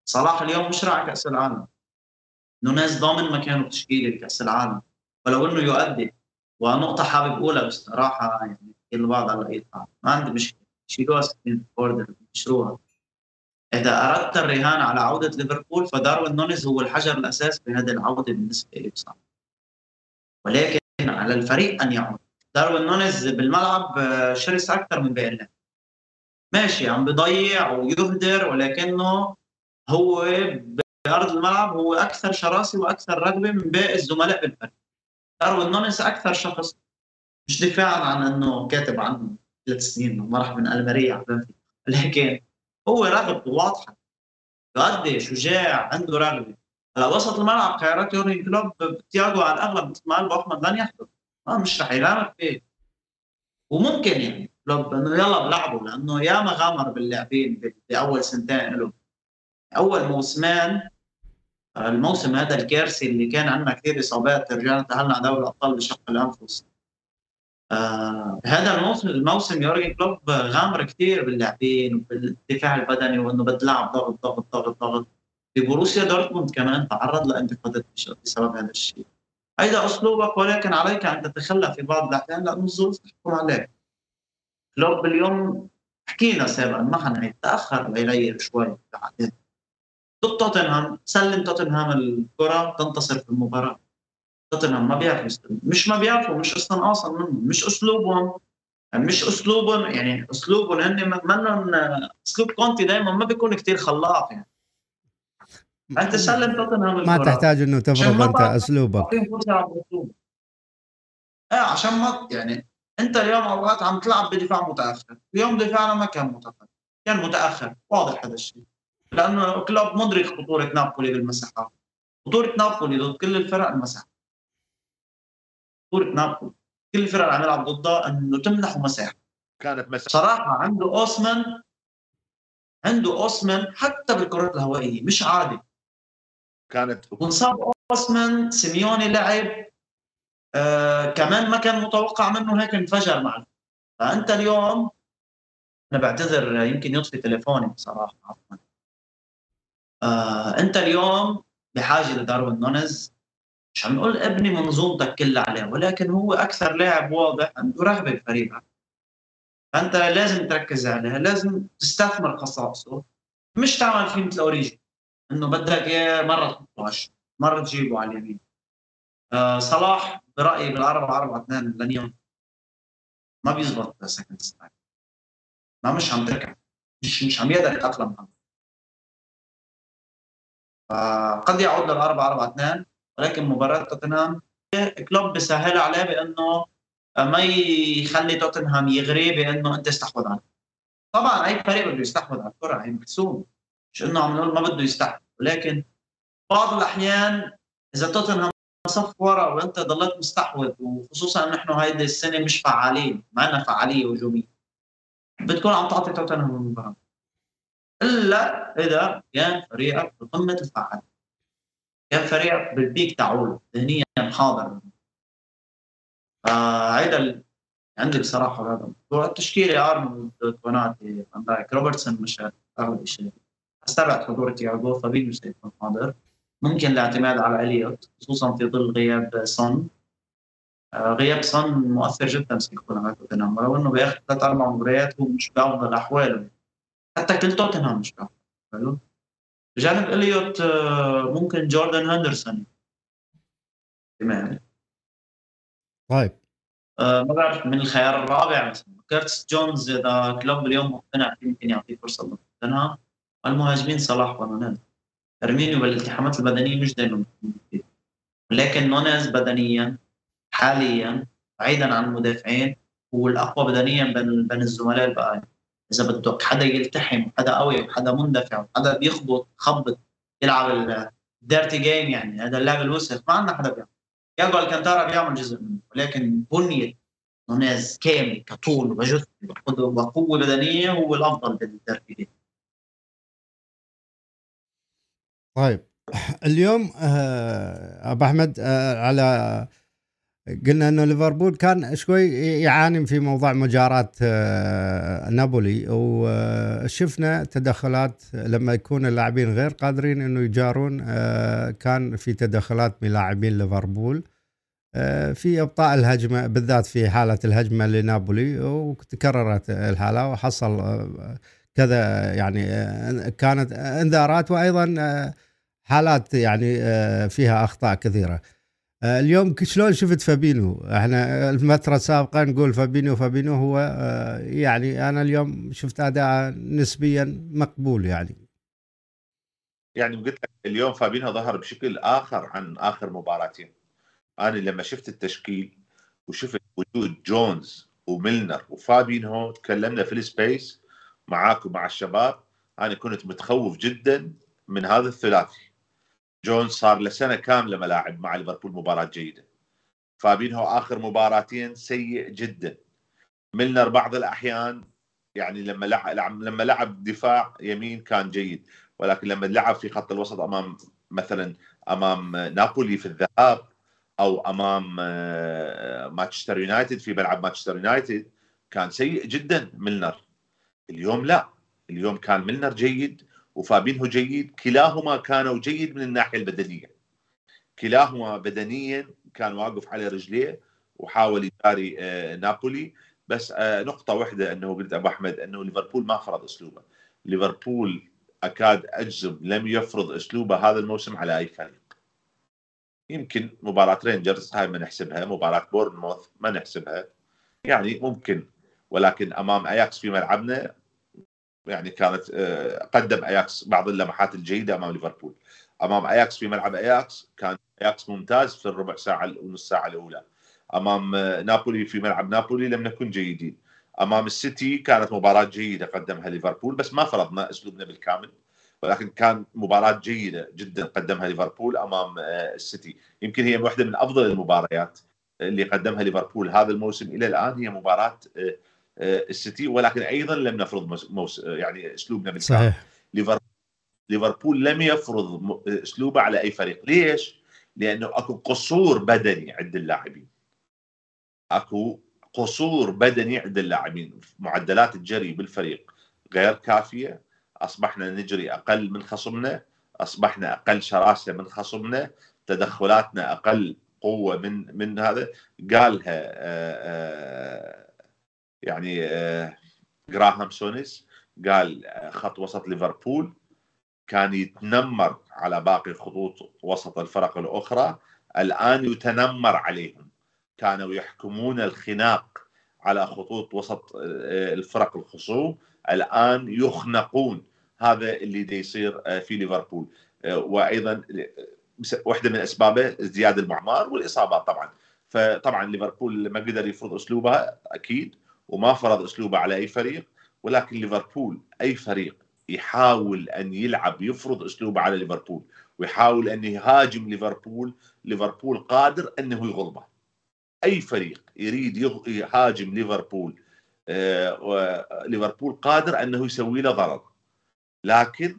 صلاح اليوم مش راعي كأس العالم، نونيز ضامن مكانه بتشكيلة كأس العالم ولو انه يؤدي. ونقطة حابب اقولها بصراحة، يعني البعض على القطاع ما عندي مشكلة، شيلوها سكرين بوردر يشروها. إذا أردت الرهان على عودة ليفربول فداروين نونيز هو الحجر الأساس بهذه العودة بالنسبة لي بصراحة، ولكن على الفريق أن يعود. داروين نونيز بالملعب شرس أكثر من باقي اللاعبين، ماشي عم بضيع ويهدر، ولكنه هو بأرض الملعب هو أكثر شراسة وأكثر رغبة من باقي الزملاء بالفريق. داروين نونيز أكثر شخص، مش دفاعا عن أنه كاتب عنه 3 سنين وما راح من ألماريا، لكن هو رغبته واضحة، يؤدي، شجاع، عنده رغبه. هلا وسط الملعب خيارات يورجن كلوب تياجو على الاغلب مثل ما قال ابو احمد لن يحدث، مش رح يغامر فيه. وممكن يعني كلوب انه يلا بلعبه، لانه ياما غامر باللاعبين باول سنتين له، اول موسمين. الموسم هذا الكارثي اللي كان عندنا كثير اصابات، رجعنا تاهلنا على دوري الابطال بشق الانفس. هذا الموسم يورجن كلوب غامر كثير باللاعبين وبالدفاع البدني، وانه بده يلعب ضغط ضغط ضغط ضغط. في بروسيا دورتموند كمان تعرض لانتقادات بسبب هذا الشيء. هذا اسلوبك، ولكن عليك ان تتخلى في بعض الاحيان لانه الظروف تحكم عليك. كلوب اليوم حكينا سابقا ما حنعيد، تاخر ليغير شوي بعدين. ضد توتنهام سلم توتنهام الكره تنتصر في المباراه. توتنهام ما بيعرفوا يستلم، مش ما بيعرفوا، مش استنقاصا منهم، مش اسلوبهم، مش اسلوبهم، يعني اسلوبهم هن منهم. اسلوب كونتي دائما ما بيكون كثير خلاق، يعني انت سلم توتنهام ما الكره تحتاج انه عشان تفرض ما انت اسلوبك. تعطيهم فرصه يلعبوا اسلوب. عشان ما يعني انت اليوم اوقات عم تلعب بدفاع متاخر، اليوم دفاعنا ما كان متقدم، كان متاخر، واضح هذا الشيء. لانه كلوب مدرك خطوره نابولي بالمساحات، خطوره نابولي ضد كل الفرق المساحه، خطوره نابولي كل الفرق اللي عم يلعب ضدها انه تمنحه مساحه. كانت مساحه صراحه عنده اوسمان حتى بالكرات الهوائيه مش عادي. كانت وانصاب اوسمان، سيميوني لعب كمان ما كان متوقع منه هيك، انفجر معه. فانت اليوم، انا بعتذر يمكن يطفي تليفوني بصراحه عفوا. انت اليوم بحاجه لداروين نونيز، مش عم نقول ابني منظومتك كلها عليه، ولكن هو اكثر لاعب واضح عنده رغبه بفريقك، فانت لازم تركز عليها، لازم تستثمر خصائصه، مش تعمل فيه مثل اوريجي انه بدك اياه مره تحطه 10 مره تجيبه على اليمين. صلاح برايي بال4-4-2 لن ما بيزبط سكند ستايل، ما مش عم تركب، مش عم يقدر يتاقلم معه. قد يعود لل4-4-2، ولكن مباراه توتنهام كلوب بيسهل عليه بانه ما يخلي توتنهام يغري بانه انت استحوذ عليه. طبعا اي فريق بده يستحوذ على الكره، هي محسوم، مش انه عم نقول ما بده يستحوذ، ولكن بعض الاحيان اذا توتنهام صف ورا وانت ضليت مستحوذ، وخصوصا نحن هيدي السنه مش فعالين، ما عندنا فعاليه هجوميه، بتكون عم تعطي توتنهام المباراه الا اذا كان فريقك بقمه الفعاليه، كان فريقك بالبيك تعول ذهنيا حاضر. هيدا عندي بصراحه هذا الموضوع. التشكيله ارنولد، كوناتي، فان دايك، روبرتسون مش اغلب شيء، استبعد حضور تياغو، فابينيو سيكون حاضر، ممكن الاعتماد على اليوت خصوصا في ظل غياب سون. غياب سون مؤثر جدا سيكون على توتنهام، ولو انه باخر 3-4 مباريات هو مش بافضل احواله، حتى كل توتنهام مش بافضل احواله. بجانب اليوت ممكن جوردن هندرسون كمان. طيب ما بعرف من الخيار الرابع مثلا كيرتس جونز، اذا كلوب اليوم مقتنع فيه يمكن يعطيه فرصه لتوتنهام. المهاجمين صلاح ونونيز. فيرمينيو بالالتحامات البدنيه مش دائما، لكن نونيز بدنيا حاليا بعيدا عن المدافعين هو الاقوى بدنيا بين الزملاء الباقيين. اذا بدك حدا يلتحم، حدا قوي، وحدا مندفع، وحدا بيخبط خبط يلعب الديرتي جيم، يعني هذا اللعب الوسخ، ما عندنا حدا بيعمل. ياجو الكانتارا بيعمل جزء منه، ولكن بنيه نونيز كامل كطول وجثه وقوه بدنيه هو الافضل بالديرتي جيم. طيب اليوم ابو احمد على قلنا انه ليفربول كان شوي يعاني في موضوع مجاراة نابولي، وشفنا تدخلات لما يكون اللاعبين غير قادرين انه يجارون. كان في تدخلات من لاعبين ليفربول في ابطاء الهجمة، بالذات في حالة الهجمة لنابولي، وتكررت الحالة وحصل كذا يعني كانت انذارات، وايضا حالات يعني فيها اخطاء كثيرة. اليوم شلون شفت فابينو؟ احنا الفترة السابقة نقول فابينو هو يعني انا اليوم شفت اداء نسبيا مقبول يعني قلت لك اليوم فابينو ظهر بشكل اخر عن اخر مباراتين. انا لما شفت التشكيل وشفت وجود جونز وميلنر وفابينو، تكلمنا في السبيس معاك ومع الشباب، انا كنت متخوف جدا من هذا الثلاثي. جونز صار له سنه كامله ملاعب مع ليفربول مباراه جيده، فابينو اخر مباراتين سيء جدا، ميلنر بعض الاحيان يعني لما لعب دفاع يمين كان جيد، ولكن لما لعب في خط الوسط امام مثلا امام نابولي في الذهاب او امام مانشستر يونايتد في ملعب مانشستر يونايتد كان سيء جدا ميلنر. اليوم لا، اليوم كان ميلنر جيد وفابينهو جيد، كلاهما كانوا جيد من الناحيه البدنيه، كلاهما بدنيا كان واقف على رجليه وحاول يجاري نابولي. بس نقطة واحدة أنه قلت أبو أحمد أنه ليفربول ما فرض أسلوبه. ليفربول أكاد أجزم لم يفرض أسلوبه هذا الموسم على أي فريق. يمكن مباراة رينجرز هاي ما نحسبها، مباراة بورنموث ما نحسبها، يعني ممكن، ولكن أمام أياكس في ملعبنا يعني كانت قدم أياكس بعض اللمحات الجيدة أمام ليفربول. امام اياكس في ملعب اياكس كان اياكس ممتاز في الربع ساعه ونص ساعه الاولى. امام نابولي في ملعب نابولي لم نكن جيدين. امام السيتي كانت مباراه جيده قدمها ليفربول، بس ما فرضنا اسلوبنا بالكامل، ولكن كان مباراه جيده جدا قدمها ليفربول امام السيتي. يمكن هي واحده من افضل المباريات اللي قدمها ليفربول هذا الموسم الى الان، هي مباراه السيتي، ولكن ايضا لم نفرض يعني اسلوبنا بالكامل. صحيح. ليفربول لم يفرض اسلوبه على اي فريق. ليش؟ لانه اكو قصور بدني عند اللاعبين، اكو قصور بدني عند اللاعبين، معدلات الجري بالفريق غير كافيه، اصبحنا نجري اقل من خصمنا، اصبحنا اقل شراسه من خصمنا، تدخلاتنا اقل قوه من هذا. قالها يعني جراهام سونيس، قال خط وسط ليفربول كان يتنمر على باقي خطوط وسط الفرق الأخرى، الآن يتنمر عليهم. كانوا يحكمون الخناق على خطوط وسط الفرق الخصوم، الآن يخنقون. هذا اللي دي يصير في ليفربول. وأيضا واحدة من أسبابه ازدياد المعمار والإصابات طبعا. فطبعا ليفربول ما قدر يفرض أسلوبها أكيد، وما فرض أسلوبه على أي فريق، ولكن ليفربول أي فريق يحاول أن يلعب يفرض أسلوبه على ليفربول ويحاول أن يهاجم ليفربول، ليفربول قادر أنه يغلبه. أي فريق يريد يهاجم ليفربول ليفربول قادر أنه يسوي له ضرر. لكن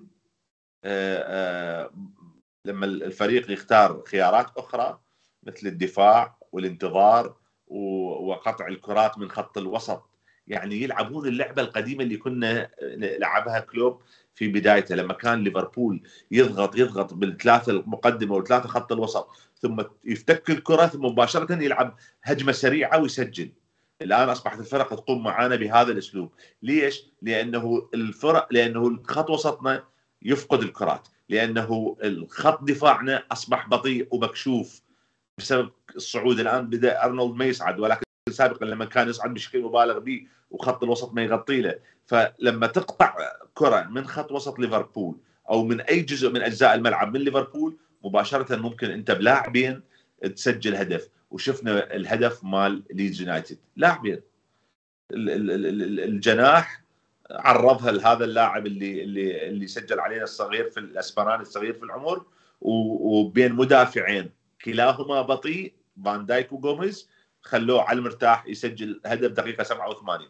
لما الفريق يختار خيارات أخرى مثل الدفاع والانتظار وقطع الكرات من خط الوسط، يعني يلعبون اللعبة القديمة اللي كنا لعبها كلوب في بدايته، لما كان ليفربول يضغط بالثلاثة المقدمة والثلاثة خط الوسط، ثم يفتك الكرة ثم مباشرة يلعب هجمة سريعة ويسجل. الآن أصبحت الفرق تقوم معانا بهذا الأسلوب. ليش؟ لأنه خط وسطنا يفقد الكرات، لأنه الخط دفاعنا أصبح بطيء ومكشوف بسبب الصعود. الآن بدأ أرنولد ما يصعد، ولكن سابقا لما كان يصعد بشكل مبالغ به وخط الوسط ما يغطي له. فلما تقطع كرة من خط وسط ليفربول أو من أي جزء من أجزاء الملعب من ليفربول، مباشرة ممكن أنت بلاعبين تسجل هدف. وشفنا الهدف مال ليدز يونايتد، لاعبين الجناح عرضها لهذا اللاعب اللي سجل علينا الصغير في الاسبراني الصغير في العمر، وبين مدافعين كلاهما بطيء فان دايك وجوميز، خلوه على المرتاح يسجل هدف دقيقه 87.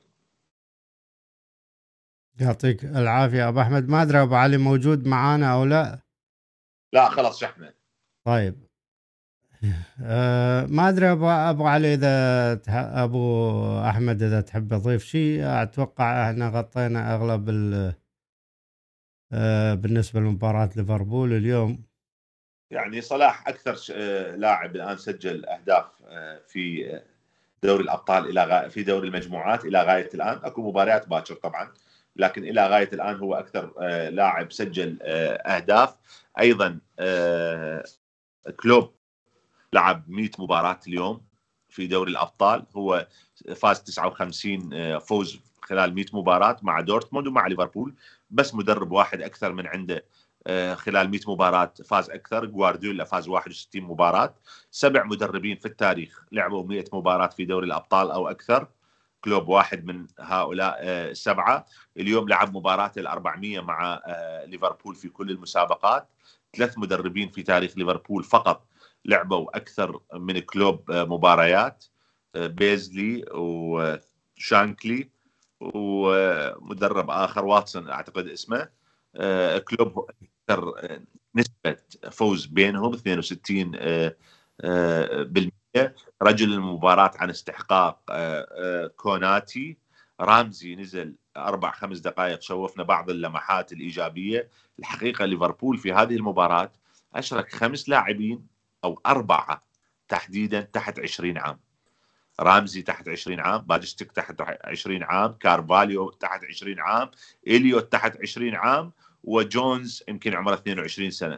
يعطيك العافيه ابو احمد. ما ادري ابو علي موجود معانا او لا. لا خلاص شحنه. طيب ما ادري ابو علي اذا ابو احمد اذا تحب اضيف شيء. اتوقع احنا غطينا اغلب بالنسبه لمباراه ليفربول اليوم. يعني صلاح اكثر لاعب الان سجل اهداف في دوري الابطال الى في دوري المجموعات الى غايه الان. اكو مباريات باكر طبعا، لكن الى غايه الان هو اكثر لاعب سجل اهداف. ايضا كلوب لعب 100 مباراه اليوم في دوري الابطال، هو فاز 59 فوز خلال 100 مباراه مع دورتموند ومع ليفربول. بس مدرب واحد اكثر من عنده خلال 100 مباراة فاز أكثر، جوارديولا فاز 61 مباراة. 7 مدربين في التاريخ لعبوا 100 مباراة في دوري الأبطال أو أكثر، كلوب واحد من هؤلاء السبعة. اليوم لعب مباراة 400 مع ليفربول في كل المسابقات. 3 مدربين في تاريخ ليفربول فقط لعبوا أكثر من كلوب مباريات، بيزلي وشانكلي ومدرب آخر واتسون أعتقد اسمه. كلوب أكثر نسبة فوز بينهم 62%. رجل المباراة عن استحقاق كوناتي. رامزي نزل 4-5 دقائق، شوفنا بعض اللمحات الإيجابية. الحقيقة ليفربول في هذه المباراة أشرك 5 لاعبين أو 4 تحديدا تحت 20 عام. رامزي تحت 20 عام، باجستيك تحت 20 عام، كارفاليو تحت 20 عام، إليوت تحت 20 عام، وجونز يمكن عمره 22 سنة.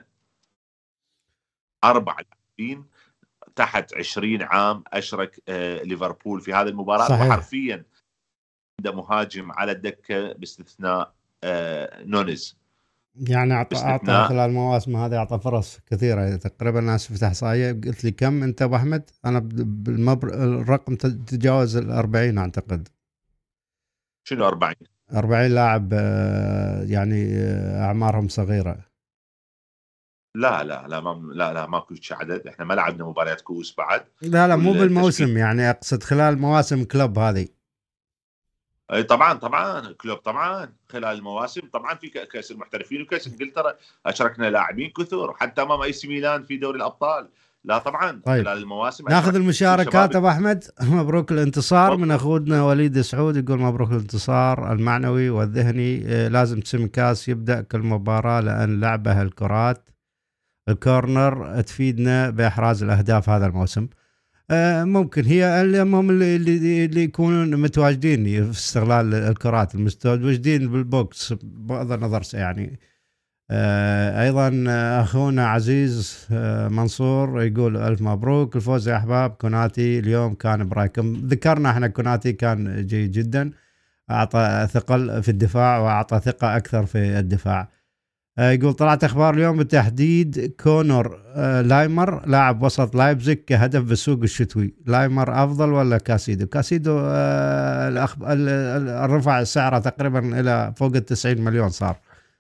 4 لاعبين تحت 20 عام أشرك ليفربول في هذه المباراة. صحيح. وحرفيا عنده مهاجم على الدكة باستثناء نونيز. يعني اعطى خلال المواسم هذه اعطى فرص كثيره تقريبا. ناس فتح احصائيه قلت لي كم انت ابو احمد؟ انا الرقم تجاوز ال40 اعتقد. شنو 40؟ 40 لاعب يعني اعمارهم صغيره. لا لا لا لا ماكو عدد. احنا ما لعبنا مباريات كؤوس بعد. لا مو بالموسم، يعني اقصد خلال مواسم كلوب هذه. اي طبعا كلوب طبعا خلال المواسم طبعا في كاس المحترفين وكاس انجلترا اشركنا لاعبين كثر، حتى امام اي سي ميلان في دوري الابطال. لا طبعا طيب. خلال المواسم ناخذ المشاركات ابو احمد. مبروك الانتصار من اخونا وليد سعود، يقول مبروك الانتصار المعنوي والذهني. لازم سيمكاس يبدا كل مباراه لان لعبه الكرات الكورنر تفيدنا باحراز الاهداف هذا الموسم. ممكن هي هم اللي يكونون متواجدين في استغلال الكرات، المتواجدين بالبوكس بغض النظر يعني. ايضا اخونا عزيز منصور يقول الف مبروك الفوز يا احباب. كوناتي اليوم كان برايكم، ذكرنا احنا كوناتي كان جيد جدا، اعطى ثقل في الدفاع واعطى ثقة اكثر في الدفاع. يقول طلعت اخبار اليوم بالتحديد كونور لايمر لاعب وسط لايبزيج كهدف بالسوق الشتوي، لايمر افضل ولا كاسيدو؟ كاسيدو رفع سعره تقريبا الى فوق 90 مليون صار.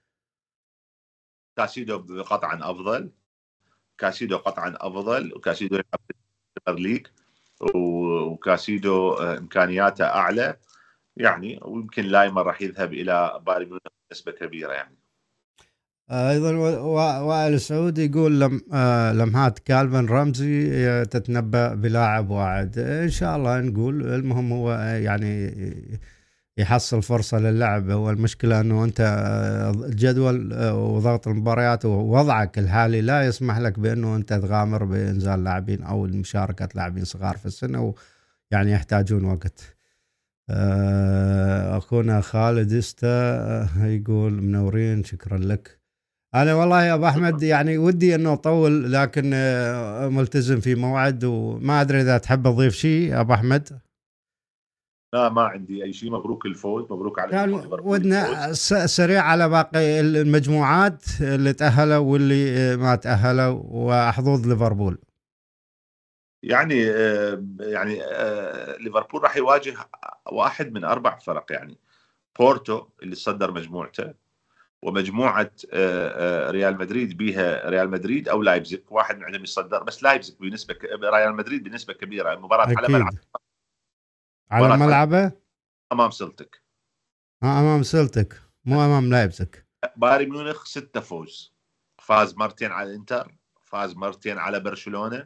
كاسيدو قطعا افضل، كاسيدو قطعا افضل، وكاسيدو يلعب في البريمير ليج، وكاسيدو امكانياته اعلى يعني. ويمكن لايمر راح يذهب الى بايرن ميونخ بنسبه كبيره يعني. ايضا وائل سعود يقول لمحات كالفن رمزي تتنبأ بلاعب واعد. ان شاء الله نقول المهم هو يعني يحصل فرصة للعب. هو المشكلة انه انت الجدول وضغط المباريات ووضعك الحالي لا يسمح لك بانه انت تغامر بانزال لاعبين او مشاركة لاعبين صغار في السن، ويعني يحتاجون وقت. اخونا خالد استا يقول منورين، شكرا لك. انا والله يا ابو احمد يعني ودي انه اطول، لكن ملتزم في موعد وما ادري اذا تحب تضيف شيء يا ابو احمد. لا ما عندي اي شيء. مبروك الفوز، مبروك على ودنا سريع على باقي المجموعات اللي تأهلوا واللي ما تأهلوا وحظوظ ليفربول. يعني ليفربول راح يواجه واحد من 4 فرق، يعني بورتو اللي صدر مجموعته، ومجموعة ريال مدريد بيها ريال مدريد أو لايبزيج، واحد من عندهم يصدر. بس لايبزيج بنسبة ريال مدريد بنسبة كبيرة. المباراة على ملعب، على ملعبه أمام سلتك. أمام سلتك مو أمام لايبزيج. بايرن ميونخ 6 فوز، فاز مرتين على الانتر، فاز مرتين على برشلونة،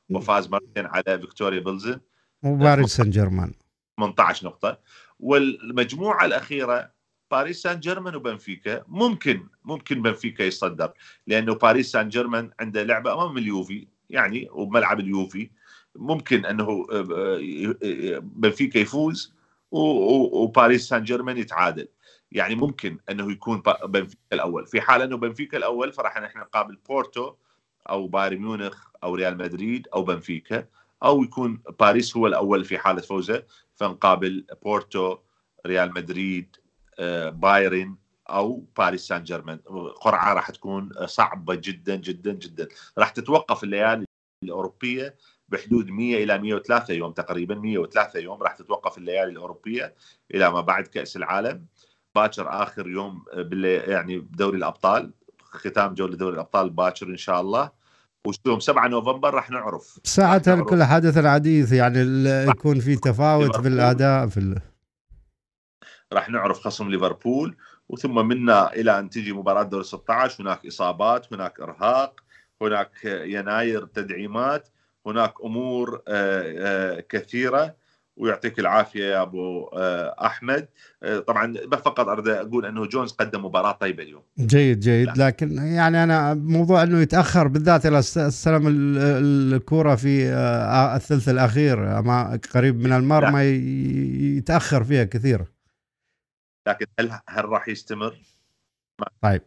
وفاز مرتين على فيكتوريا بلزن وباريس سان جيرمان 18 نقطة. والمجموعة الأخيرة باريس سان جيرمان وبنفيكا، ممكن بنفيكا يصدر، لأنه باريس سان جيرمان عنده لعبة أمام اليوفي يعني وبملعب اليوفي، ممكن أنه بنفيكا يفوز وباريس سان جيرمان يتعادل، يعني ممكن أنه يكون بنفيكا الأول. في حال أنه بنفيكا الأول فراح نحن نقابل بورتو أو بايرن ميونخ أو ريال مدريد أو بنفيكا، أو يكون باريس هو الأول في حالة فوزه فنقابل بورتو، ريال مدريد، بايرن أو باريس سان جيرمان. قرعة راح تكون صعبة جدا جدا جدا. راح تتوقف الليالي الأوروبية بحدود 100 إلى 103 يوم تقريبا، 103 يوم راح تتوقف الليالي الأوروبية إلى ما بعد كأس العالم. باكر آخر يوم يعني بدوري الأبطال، ختام جولة دوري الأبطال باكر إن شاء الله، ويوم 7 نوفمبر راح نعرف ساعتها الكل حدث الحديث، يعني يكون في تفاوت بالأداء راح نعرف خصم ليفربول، وثم منا إلى أن تجي مباراة دور 16 هناك إصابات، هناك إرهاق، هناك يناير تدعيمات، هناك أمور كثيرة. ويعطيك العافية يا أبو أحمد. طبعا فقط أريد أقول أنه جونز قدم مباراة طيبة اليوم. جيد لكن يعني أنا موضوع أنه يتأخر بالذات إلى استلم الكرة في الثلث الأخير قريب من المرمى يتأخر فيها كثير. لكن هل راح يستمر؟ طيب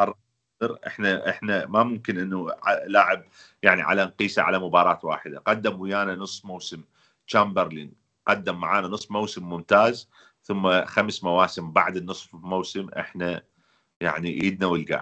احنا ما ممكن انه لاعب يعني على نقيسه على مباراة واحدة. قدم ويانا نص موسم، تشامبرلين قدم معانا نص موسم ممتاز، ثم 5 مواسم بعد النصف موسم احنا يعني ايدنا والقاع.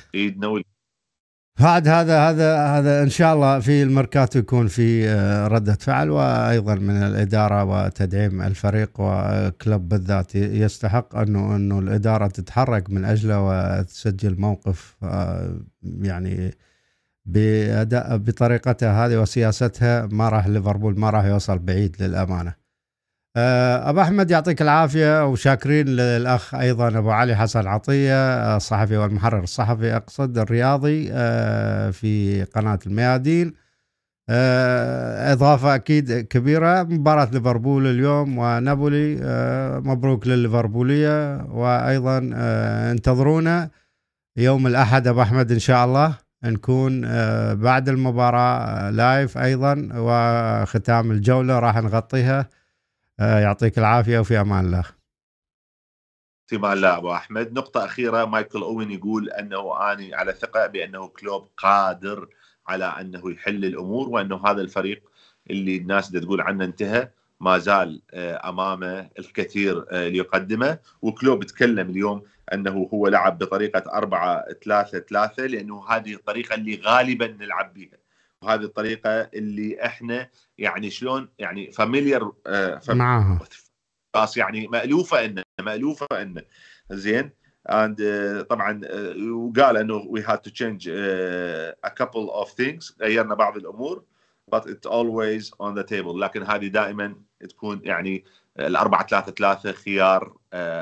بعد هذا ان شاء الله في الميركاتو يكون في ردة فعل، وايضا من الاداره وتدعيم الفريق، وكلوب بالذات يستحق انه الاداره تتحرك من اجله وتسجل موقف يعني باداء بطريقتها هذه وسياستها. ليفربول ما راح يوصل بعيد للامانه. أبو أحمد يعطيك العافية، وشاكرين للأخ أيضا أبو علي حسن عطية الصحفي والمحرر الصحفي أقصد الرياضي في قناة الميادين. إضافة أكيد كبيرة مباراة ليفربول اليوم ونابولي، مبروك للليفربولية. وأيضا انتظرونا يوم الأحد أبو أحمد إن شاء الله نكون بعد المباراة لايف أيضا، وختام الجولة راح نغطيها. يعطيك العافية وفي أمان الله. في أمان الله أبو أحمد. نقطة أخيرة، مايكل أوين يقول أنه أنا على ثقة بأنه كلوب قادر على أنه يحل الأمور، وأنه هذا الفريق اللي الناس تقول عنه انتهى ما زال أمامه الكثير ليقدمه. وكلوب تكلم اليوم أنه هو لعب بطريقة 4-3-3 لأنه هذه الطريقة اللي غالبا نلعب بها، وهذه الطريقة اللي احنا يعني شلون يعني فاميليار معها، خلاص يعني مألوفة إنه زين. and طبعا وقال انه we had to change a couple of things، غيرنا بعض الامور but it's always on the table. لكن هذه دائما تكون يعني 4-3-3 خيار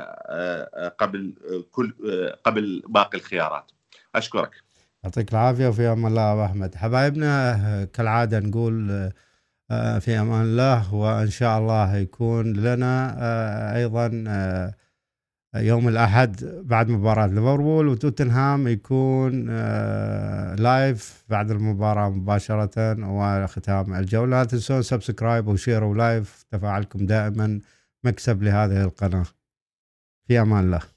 قبل باقي الخيارات. اشكرك. يعطيك العافية وفي أمان الله أبو أحمد. حبايبنا كالعادة نقول في أمان الله، وإن شاء الله يكون لنا أيضا يوم الأحد بعد مباراة ليفربول وتوتنهام يكون لايف بعد المباراة مباشرة وختام الجولة. لا تنسون سبسكرايب وشير ولايف، تفاعلكم دائما مكسب لهذه القناة. في أمان الله.